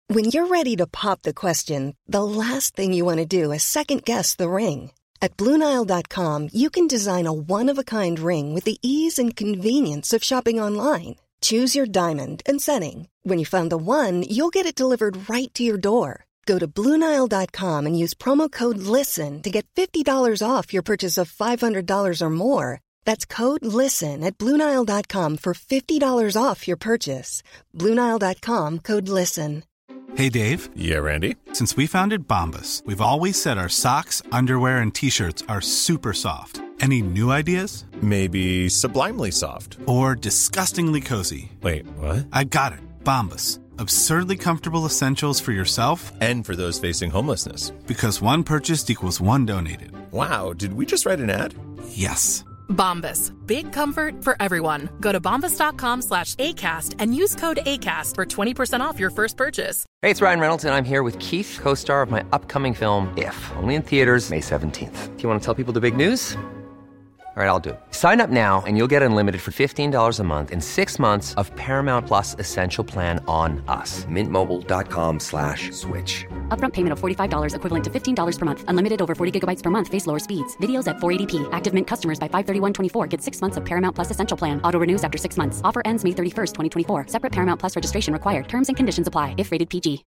When you're ready to pop the question, the last thing you want to do is second-guess the ring. At BlueNile.com, you can design a one-of-a-kind ring with the ease and convenience of shopping online. Choose your diamond and setting. When you find the one, you'll get it delivered right to your door. Go to BlueNile.com and use promo code LISTEN to get $50 off your purchase of $500 or more. That's code LISTEN at BlueNile.com for $50 off your purchase. BlueNile.com, code LISTEN. Hey, Dave. Yeah, Randy. Since we founded Bombas, we've always said our socks, underwear, and T-shirts are super soft. Any new ideas? Maybe sublimely soft. Or disgustingly cozy. Wait, what? I got it. Bombas. Absurdly comfortable essentials for yourself and for those facing homelessness. Because one purchased equals one donated. Wow, did we just write an ad? Yes. Bombas. Big comfort for everyone. Go to bombas.com/ACAST and use code ACAST for 20% off your first purchase. Hey, it's Ryan Reynolds, and I'm here with Keith, co-star of my upcoming film, If, only in theaters May 17th. Do you want to tell people the big news? All right, I'll do it. Sign up now and you'll get unlimited for $15 a month and 6 months of Paramount Plus Essential Plan on us. MintMobile.com/switch. Upfront payment of $45 equivalent to $15 per month. Unlimited over 40 gigabytes per month. Face lower speeds. Videos at 480p. Active Mint customers by 531.24 get 6 months of Paramount Plus Essential Plan. Auto renews after 6 months. Offer ends May 31st, 2024. Separate Paramount Plus registration required. Terms and conditions apply if rated PG.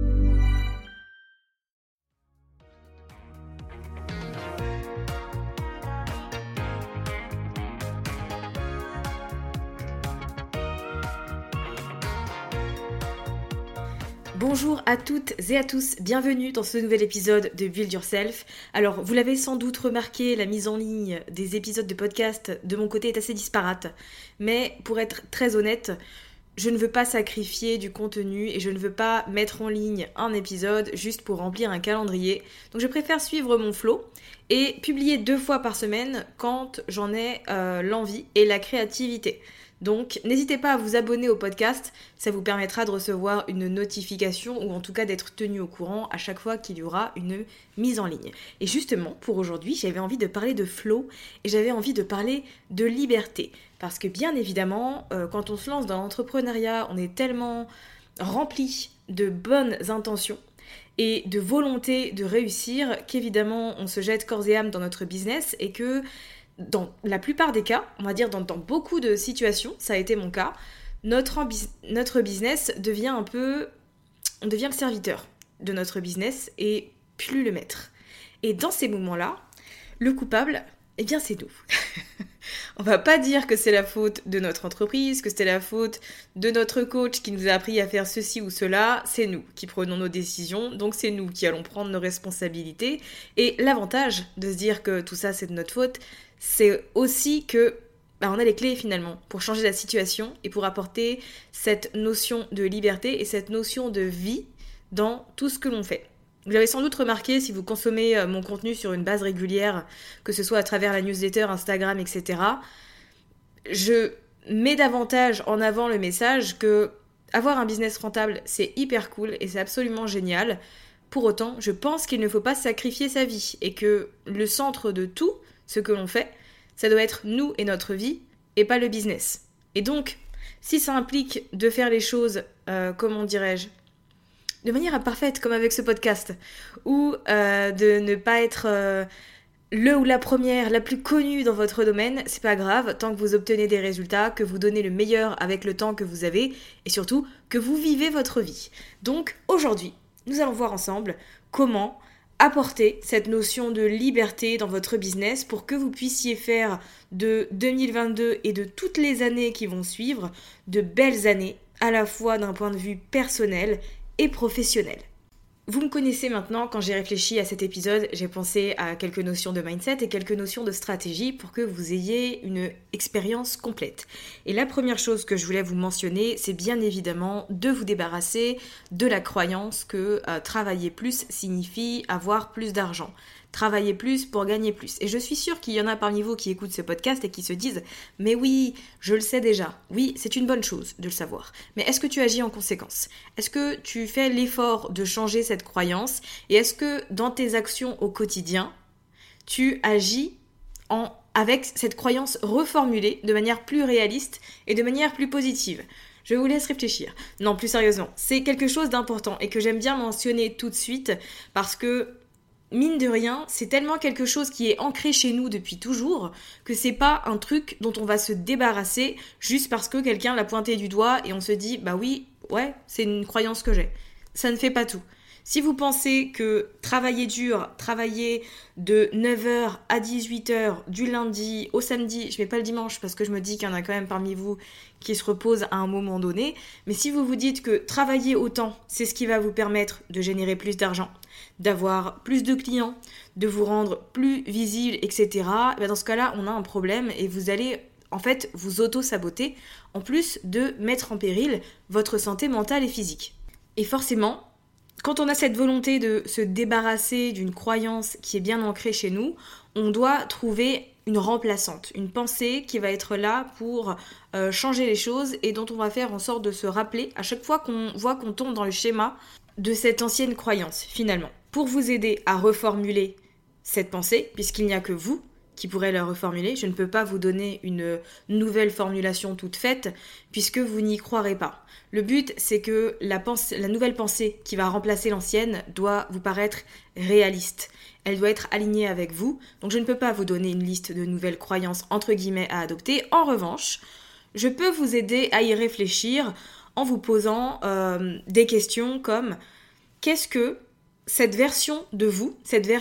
Bonjour à toutes et à tous, bienvenue dans ce nouvel épisode de Build Yourself. Alors, vous l'avez sans doute remarqué, la mise en ligne des épisodes de podcast de mon côté est assez disparate. Mais pour être très honnête, je ne veux pas sacrifier du contenu et je ne veux pas mettre en ligne un épisode juste pour remplir un calendrier. Donc je préfère suivre mon flow et publier 2 fois par semaine quand j'en ai l'envie et la créativité. Donc n'hésitez pas à vous abonner au podcast, ça vous permettra de recevoir une notification ou en tout cas d'être tenu au courant à chaque fois qu'il y aura une mise en ligne. Et justement, pour aujourd'hui, j'avais envie de parler de flow et j'avais envie de parler de liberté. Parce que bien évidemment, quand on se lance dans l'entrepreneuriat, on est tellement rempli de bonnes intentions et de volonté de réussir qu'évidemment on se jette corps et âme dans notre business et que dans la plupart des cas, on va dire dans beaucoup de situations, ça a été mon cas, notre business devient on devient le serviteur de notre business et plus le maître. Et dans ces moments-là, le coupable, eh bien c'est nous. On va pas dire que c'est la faute de notre entreprise, que c'est la faute de notre coach qui nous a appris à faire ceci ou cela, c'est nous qui prenons nos décisions, donc c'est nous qui allons prendre nos responsabilités. Et l'avantage de se dire que tout ça c'est de notre faute, c'est aussi que on a les clés finalement pour changer la situation et pour apporter cette notion de liberté et cette notion de vie dans tout ce que l'on fait. Vous l'avez sans doute remarqué si vous consommez mon contenu sur une base régulière, que ce soit à travers la newsletter, Instagram, etc. Je mets davantage en avant le message que avoir un business rentable, c'est hyper cool et c'est absolument génial. Pour autant, je pense qu'il ne faut pas sacrifier sa vie et que le centre de tout ce que l'on fait, ça doit être nous et notre vie et pas le business. Et donc, si ça implique de faire les choses, comment dirais-je, de manière imparfaite, comme avec ce podcast, ou de ne pas être le ou la première, la plus connue dans votre domaine, c'est pas grave, tant que vous obtenez des résultats, que vous donnez le meilleur avec le temps que vous avez, et surtout, que vous vivez votre vie. Donc, aujourd'hui, nous allons voir ensemble comment apporter cette notion de liberté dans votre business pour que vous puissiez faire de 2022 et de toutes les années qui vont suivre, de belles années, à la fois d'un point de vue personnel et professionnel. Vous me connaissez maintenant, quand j'ai réfléchi à cet épisode, j'ai pensé à quelques notions de mindset et quelques notions de stratégie pour que vous ayez une expérience complète. Et la première chose que je voulais vous mentionner, c'est bien évidemment de vous débarrasser de la croyance que travailler plus signifie avoir plus d'argent. Travailler plus pour gagner plus. Et je suis sûre qu'il y en a parmi vous qui écoutent ce podcast et qui se disent « Mais oui, je le sais déjà. Oui, c'est une bonne chose de le savoir. Mais est-ce que tu agis en conséquence? Est-ce que tu fais l'effort de changer cette croyance? Et est-ce que dans tes actions au quotidien, tu agis avec cette croyance reformulée de manière plus réaliste et de manière plus positive? » Je vous laisse réfléchir. Non, plus sérieusement, c'est quelque chose d'important et que j'aime bien mentionner tout de suite parce que, mine de rien, c'est tellement quelque chose qui est ancré chez nous depuis toujours que c'est pas un truc dont on va se débarrasser juste parce que quelqu'un l'a pointé du doigt et on se dit « bah oui, ouais, c'est une croyance que j'ai ». Ça ne fait pas tout. Si vous pensez que travailler dur, travailler de 9h à 18h du lundi au samedi, je mets pas le dimanche parce que je me dis qu'il y en a quand même parmi vous qui se reposent à un moment donné, mais si vous vous dites que travailler autant, c'est ce qui va vous permettre de générer plus d'argent, d'avoir plus de clients, de vous rendre plus visible, etc., dans ce cas-là, on a un problème et vous allez en fait vous auto-saboter en plus de mettre en péril votre santé mentale et physique. Et forcément, quand on a cette volonté de se débarrasser d'une croyance qui est bien ancrée chez nous, on doit trouver une remplaçante, une pensée qui va être là pour changer les choses et dont on va faire en sorte de se rappeler à chaque fois qu'on voit qu'on tombe dans le schéma de cette ancienne croyance, finalement. Pour vous aider à reformuler cette pensée, puisqu'il n'y a que vous qui pourrez la reformuler, je ne peux pas vous donner une nouvelle formulation toute faite, puisque vous n'y croirez pas. Le but, c'est que la nouvelle pensée qui va remplacer l'ancienne doit vous paraître réaliste. Elle doit être alignée avec vous. Donc je ne peux pas vous donner une liste de nouvelles croyances entre guillemets à adopter. En revanche, je peux vous aider à y réfléchir en vous posant des questions comme qu'est-ce que cette version de vous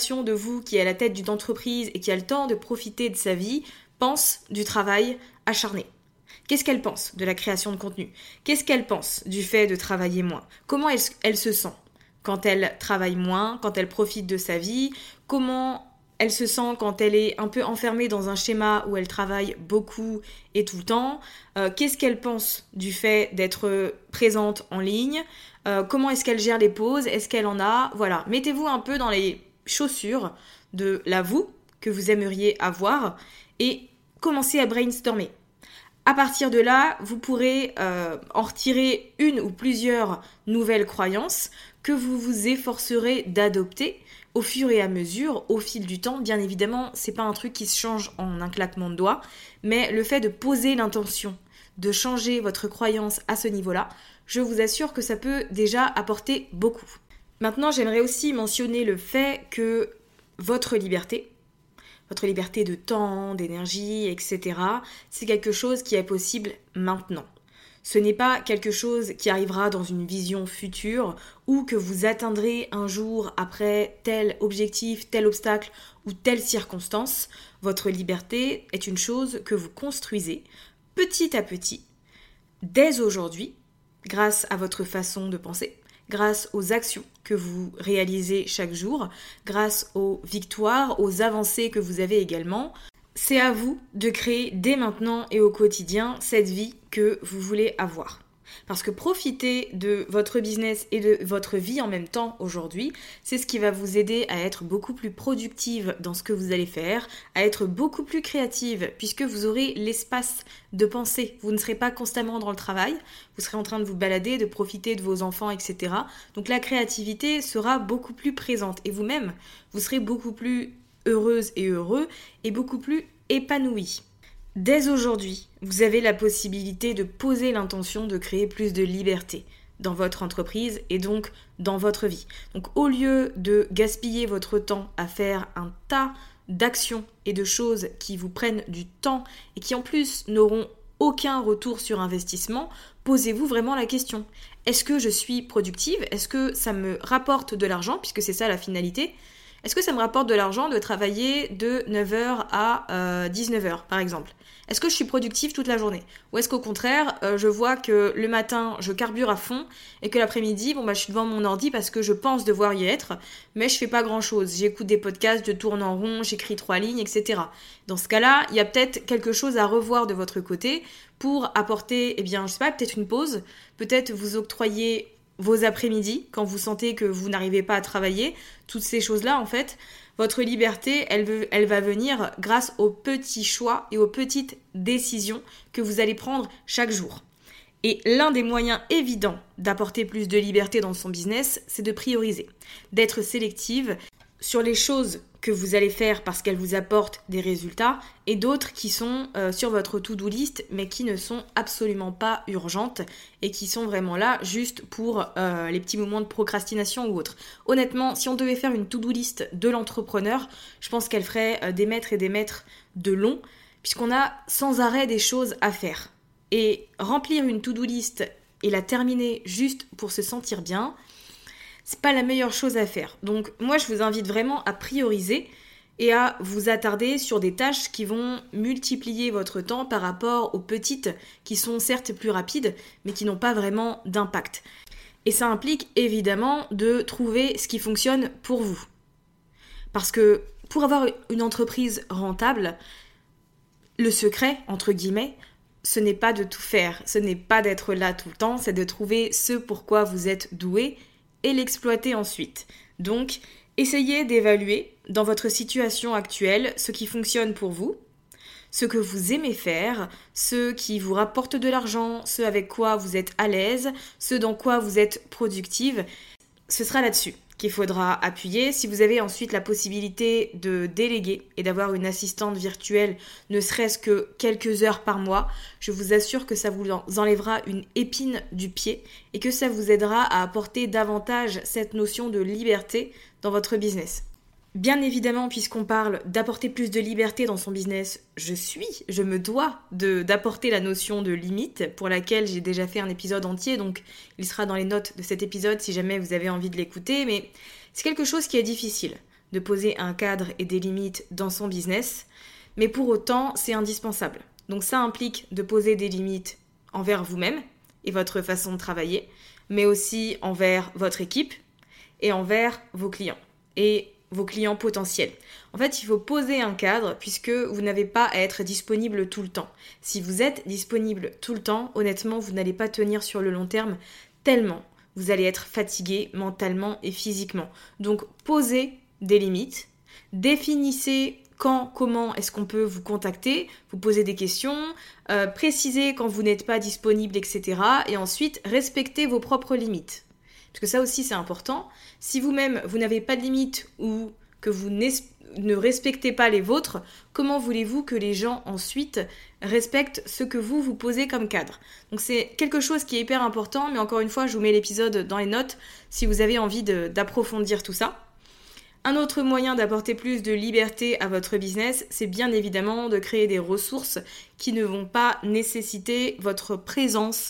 qui est à la tête d'une entreprise et qui a le temps de profiter de sa vie, pense du travail acharné? Qu'est-ce qu'elle pense de la création de contenu? Qu'est-ce qu'elle pense du fait de travailler moins? Comment elle se sent quand elle travaille moins, quand elle profite de sa vie? Comment elle se sent quand elle est un peu enfermée dans un schéma où elle travaille beaucoup et tout le temps? Qu'est-ce qu'elle pense du fait d'être présente en ligne? Comment est-ce qu'elle gère les pauses? Est-ce qu'elle en a? Voilà, mettez-vous un peu dans les chaussures de la vous que vous aimeriez avoir et commencez à brainstormer. À partir de là, vous pourrez en retirer une ou plusieurs nouvelles croyances que vous vous efforcerez d'adopter au fur et à mesure, au fil du temps. Bien évidemment, c'est pas un truc qui se change en un claquement de doigts, mais le fait de poser l'intention de changer votre croyance à ce niveau-là, je vous assure que ça peut déjà apporter beaucoup. Maintenant, j'aimerais aussi mentionner le fait que votre liberté de temps, d'énergie, etc., c'est quelque chose qui est possible maintenant. Ce n'est pas quelque chose qui arrivera dans une vision future ou que vous atteindrez un jour après tel objectif, tel obstacle ou telle circonstance. Votre liberté est une chose que vous construisez petit à petit, dès aujourd'hui, grâce à votre façon de penser, grâce aux actions que vous réalisez chaque jour, grâce aux victoires, aux avancées que vous avez également. C'est à vous de créer dès maintenant et au quotidien cette vie que vous voulez avoir. Parce que profiter de votre business et de votre vie en même temps aujourd'hui, c'est ce qui va vous aider à être beaucoup plus productive dans ce que vous allez faire, à être beaucoup plus créative puisque vous aurez l'espace de penser. Vous ne serez pas constamment dans le travail, vous serez en train de vous balader, de profiter de vos enfants, etc. Donc la créativité sera beaucoup plus présente et vous-même, vous serez beaucoup plus heureuse et heureux et beaucoup plus épanoui. Dès aujourd'hui, vous avez la possibilité de poser l'intention de créer plus de liberté dans votre entreprise et donc dans votre vie. Donc au lieu de gaspiller votre temps à faire un tas d'actions et de choses qui vous prennent du temps et qui en plus n'auront aucun retour sur investissement, posez-vous vraiment la question. Est-ce que je suis productive? Est-ce que ça me rapporte de l'argent, puisque c'est ça la finalité? Est-ce que ça me rapporte de l'argent de travailler de 9h à 19h par exemple? Est-ce que je suis productive toute la journée? Ou est-ce qu'au contraire, je vois que le matin, je carbure à fond et que l'après-midi, je suis devant mon ordi parce que je pense devoir y être, mais je fais pas grand-chose. J'écoute des podcasts, je tourne en rond, j'écris 3 lignes, etc. Dans ce cas-là, il y a peut-être quelque chose à revoir de votre côté pour apporter, peut-être une pause, peut-être vous octroyer vos après-midi, quand vous sentez que vous n'arrivez pas à travailler, toutes ces choses-là, en fait, votre liberté, elle va venir grâce aux petits choix et aux petites décisions que vous allez prendre chaque jour. Et l'un des moyens évidents d'apporter plus de liberté dans son business, c'est de prioriser, d'être sélective sur les choses que vous allez faire parce qu'elles vous apportent des résultats et d'autres qui sont sur votre to-do list mais qui ne sont absolument pas urgentes et qui sont vraiment là juste pour les petits moments de procrastination ou autre. Honnêtement, si on devait faire une to-do list de l'entrepreneur, je pense qu'elle ferait des mètres et des mètres de long puisqu'on a sans arrêt des choses à faire. Et remplir une to-do list et la terminer juste pour se sentir bien, c'est pas la meilleure chose à faire. Donc moi je vous invite vraiment à prioriser et à vous attarder sur des tâches qui vont multiplier votre temps par rapport aux petites qui sont certes plus rapides mais qui n'ont pas vraiment d'impact. Et ça implique évidemment de trouver ce qui fonctionne pour vous. Parce que pour avoir une entreprise rentable, le secret, entre guillemets, ce n'est pas de tout faire, ce n'est pas d'être là tout le temps, c'est de trouver ce pourquoi vous êtes doué et l'exploiter ensuite. Donc, essayez d'évaluer dans votre situation actuelle ce qui fonctionne pour vous, ce que vous aimez faire, ce qui vous rapporte de l'argent, ce avec quoi vous êtes à l'aise, ce dans quoi vous êtes productive. Ce sera là-dessus qu'il faudra appuyer. Si vous avez ensuite la possibilité de déléguer et d'avoir une assistante virtuelle, ne serait-ce que quelques heures par mois, je vous assure que ça vous enlèvera une épine du pied et que ça vous aidera à apporter davantage cette notion de liberté dans votre business. Bien évidemment, puisqu'on parle d'apporter plus de liberté dans son business, je me dois d'apporter la notion de limite, pour laquelle j'ai déjà fait un épisode entier, donc il sera dans les notes de cet épisode si jamais vous avez envie de l'écouter, mais c'est quelque chose qui est difficile, de poser un cadre et des limites dans son business, mais pour autant, c'est indispensable. Donc ça implique de poser des limites envers vous-même et votre façon de travailler, mais aussi envers votre équipe et envers vos clients. Et vos clients potentiels. En fait, il faut poser un cadre puisque vous n'avez pas à être disponible tout le temps. Si vous êtes disponible tout le temps, honnêtement, vous n'allez pas tenir sur le long terme tellement vous allez être fatigué mentalement et physiquement. Donc, posez des limites, définissez quand, comment est-ce qu'on peut vous contacter, vous posez des questions, précisez quand vous n'êtes pas disponible, etc. Et ensuite, respectez vos propres limites. Parce que ça aussi c'est important, si vous-même vous n'avez pas de limite ou que vous ne respectez pas les vôtres, comment voulez-vous que les gens ensuite respectent ce que vous posez comme cadre? Donc c'est quelque chose qui est hyper important, mais encore une fois je vous mets l'épisode dans les notes si vous avez envie d'approfondir tout ça. Un autre moyen d'apporter plus de liberté à votre business, c'est bien évidemment de créer des ressources qui ne vont pas nécessiter votre présence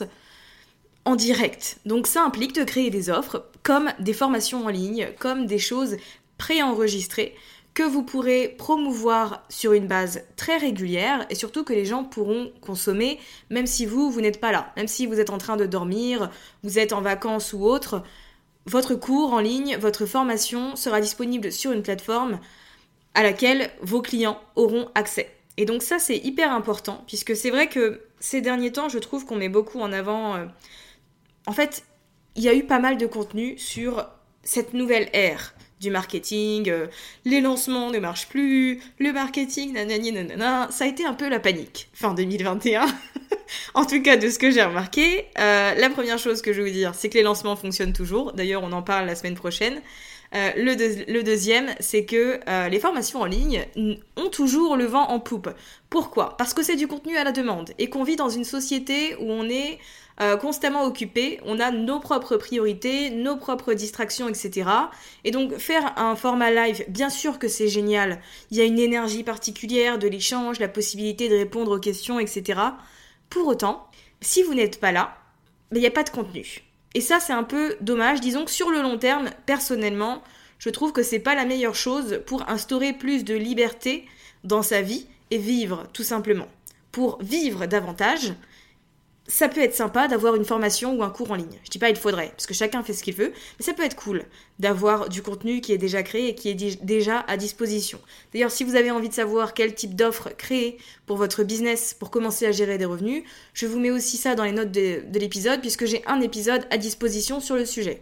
en direct. Donc ça implique de créer des offres comme des formations en ligne, comme des choses préenregistrées que vous pourrez promouvoir sur une base très régulière et surtout que les gens pourront consommer même si vous n'êtes pas là, même si vous êtes en train de dormir, vous êtes en vacances ou autre, votre cours en ligne, votre formation sera disponible sur une plateforme à laquelle vos clients auront accès. Et donc ça c'est hyper important puisque c'est vrai que ces derniers temps je trouve qu'on met beaucoup en avant... En fait, il y a eu pas mal de contenu sur cette nouvelle ère du marketing, les lancements ne marchent plus, le marketing, nanani nanana, ça a été un peu la panique, fin 2021. En tout cas, de ce que j'ai remarqué, la première chose que je vais vous dire, c'est que les lancements fonctionnent toujours, d'ailleurs on en parle la semaine prochaine. Le deuxième, c'est que les formations en ligne ont toujours le vent en poupe. Pourquoi ? Parce que c'est du contenu à la demande et qu'on vit dans une société où on est constamment occupé, on a nos propres priorités, nos propres distractions, etc. Et donc faire un format live, bien sûr que c'est génial, il y a une énergie particulière de l'échange, la possibilité de répondre aux questions, etc. Pour autant, si vous n'êtes pas là, il n'y a pas de contenu. Et ça, c'est un peu dommage. Disons que sur le long terme, personnellement, je trouve que c'est pas la meilleure chose pour instaurer plus de liberté dans sa vie et vivre, tout simplement. Pour vivre davantage, ça peut être sympa d'avoir une formation ou un cours en ligne. Je dis pas il faudrait, parce que chacun fait ce qu'il veut, mais ça peut être cool d'avoir du contenu qui est déjà créé et qui est déjà à disposition. D'ailleurs, si vous avez envie de savoir quel type d'offre créer pour votre business pour commencer à gérer des revenus, je vous mets aussi ça dans les notes de l'épisode, puisque j'ai un épisode à disposition sur le sujet.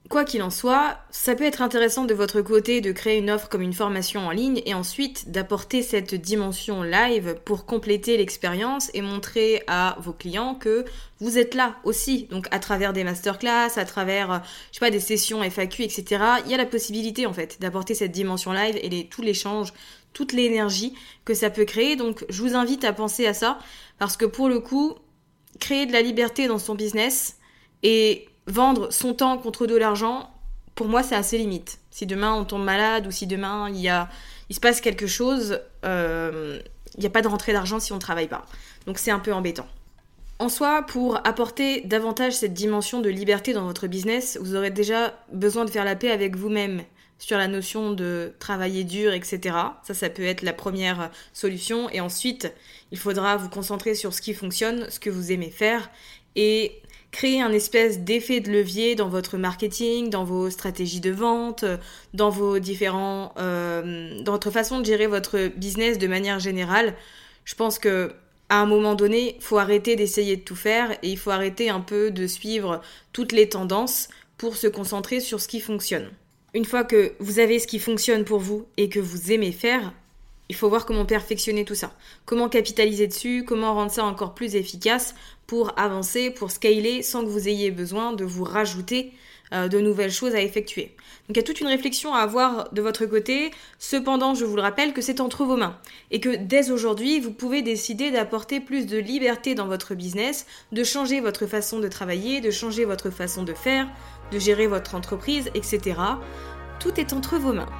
quoi qu'il en soit, ça peut être intéressant de votre côté de créer une offre comme une formation en ligne et ensuite d'apporter cette dimension live pour compléter l'expérience et montrer à vos clients que vous êtes là aussi. Donc à travers des masterclass, à travers, des sessions FAQ, etc. Il y a la possibilité en fait d'apporter cette dimension live et tout l'échange, toute l'énergie que ça peut créer. Donc je vous invite à penser à ça parce que pour le coup, créer de la liberté dans son business et vendre son temps contre de l'argent, pour moi, c'est assez limite. Si demain on tombe malade ou si demain il se passe quelque chose, il n'y a pas de rentrée d'argent si on ne travaille pas. Donc c'est un peu embêtant. En soi, pour apporter davantage cette dimension de liberté dans votre business, vous aurez déjà besoin de faire la paix avec vous-même sur la notion de travailler dur, etc. Ça peut être la première solution. Et ensuite, il faudra vous concentrer sur ce qui fonctionne, ce que vous aimez faire et créer un espèce d'effet de levier dans votre marketing, dans vos stratégies de vente, dans vos dans votre façon de gérer votre business de manière générale. Je pense que à un moment donné, il faut arrêter d'essayer de tout faire et il faut arrêter un peu de suivre toutes les tendances pour se concentrer sur ce qui fonctionne. Une fois que vous avez ce qui fonctionne pour vous et que vous aimez faire, il faut voir comment perfectionner tout ça, comment capitaliser dessus, comment rendre ça encore plus efficace pour avancer, pour scaler sans que vous ayez besoin de vous rajouter de nouvelles choses à effectuer. Donc il y a toute une réflexion à avoir de votre côté. Cependant, je vous le rappelle que c'est entre vos mains et que dès aujourd'hui, vous pouvez décider d'apporter plus de liberté dans votre business, de changer votre façon de travailler, de changer votre façon de faire, de gérer votre entreprise, etc. Tout est entre vos mains.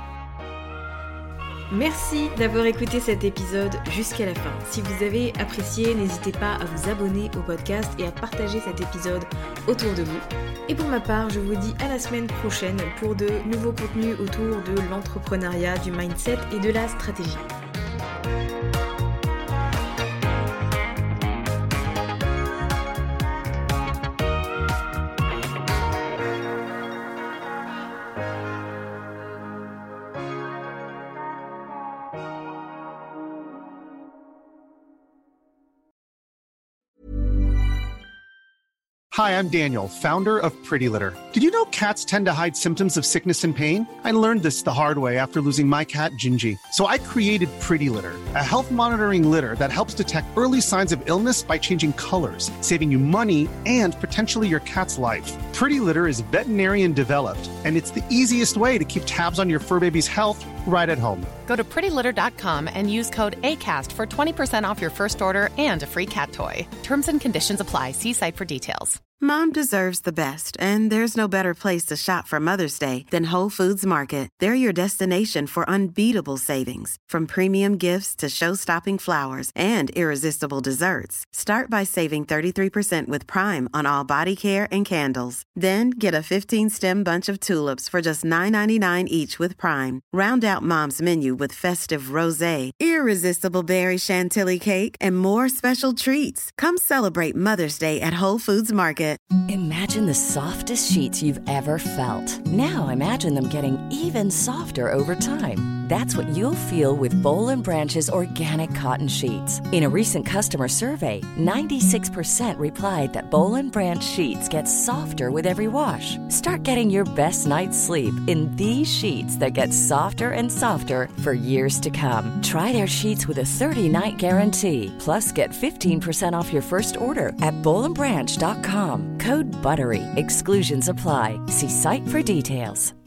Merci d'avoir écouté cet épisode jusqu'à la fin. Si vous avez apprécié, n'hésitez pas à vous abonner au podcast et à partager cet épisode autour de vous. Et pour ma part, je vous dis à la semaine prochaine pour de nouveaux contenus autour de l'entrepreneuriat, du mindset et de la stratégie. Hi, I'm Daniel, founder of Pretty Litter. Did you know cats tend to hide symptoms of sickness and pain? I learned this the hard way after losing my cat, Gingy. So I created Pretty Litter, a health monitoring litter that helps detect early signs of illness by changing colors, saving you money and potentially your cat's life. Pretty Litter is veterinarian developed, and it's the easiest way to keep tabs on your fur baby's health right at home. Go to prettylitter.com and use code ACAST for 20% off your first order and a free cat toy. Terms and conditions apply. See site for details. Mom deserves the best, and there's no better place to shop for Mother's Day than Whole Foods Market. They're your destination for unbeatable savings, from premium gifts to show-stopping flowers and irresistible desserts. Start by saving 33% with Prime on all body care and candles. Then get a 15-stem bunch of tulips for just $9.99 each with Prime. Round out Mom's menu with festive rosé, irresistible berry chantilly cake, and more special treats. Come celebrate Mother's Day at Whole Foods Market. Imagine the softest sheets you've ever felt. Now imagine them getting even softer over time. That's what you'll feel with Boll & Branch's organic cotton sheets. In a recent customer survey, 96% replied that Boll & Branch sheets get softer with every wash. Start getting your best night's sleep in these sheets that get softer and softer for years to come. Try their sheets with a 30-night guarantee. Plus, get 15% off your first order at bollandbranch.com. Code BUTTERY. Exclusions apply. See site for details.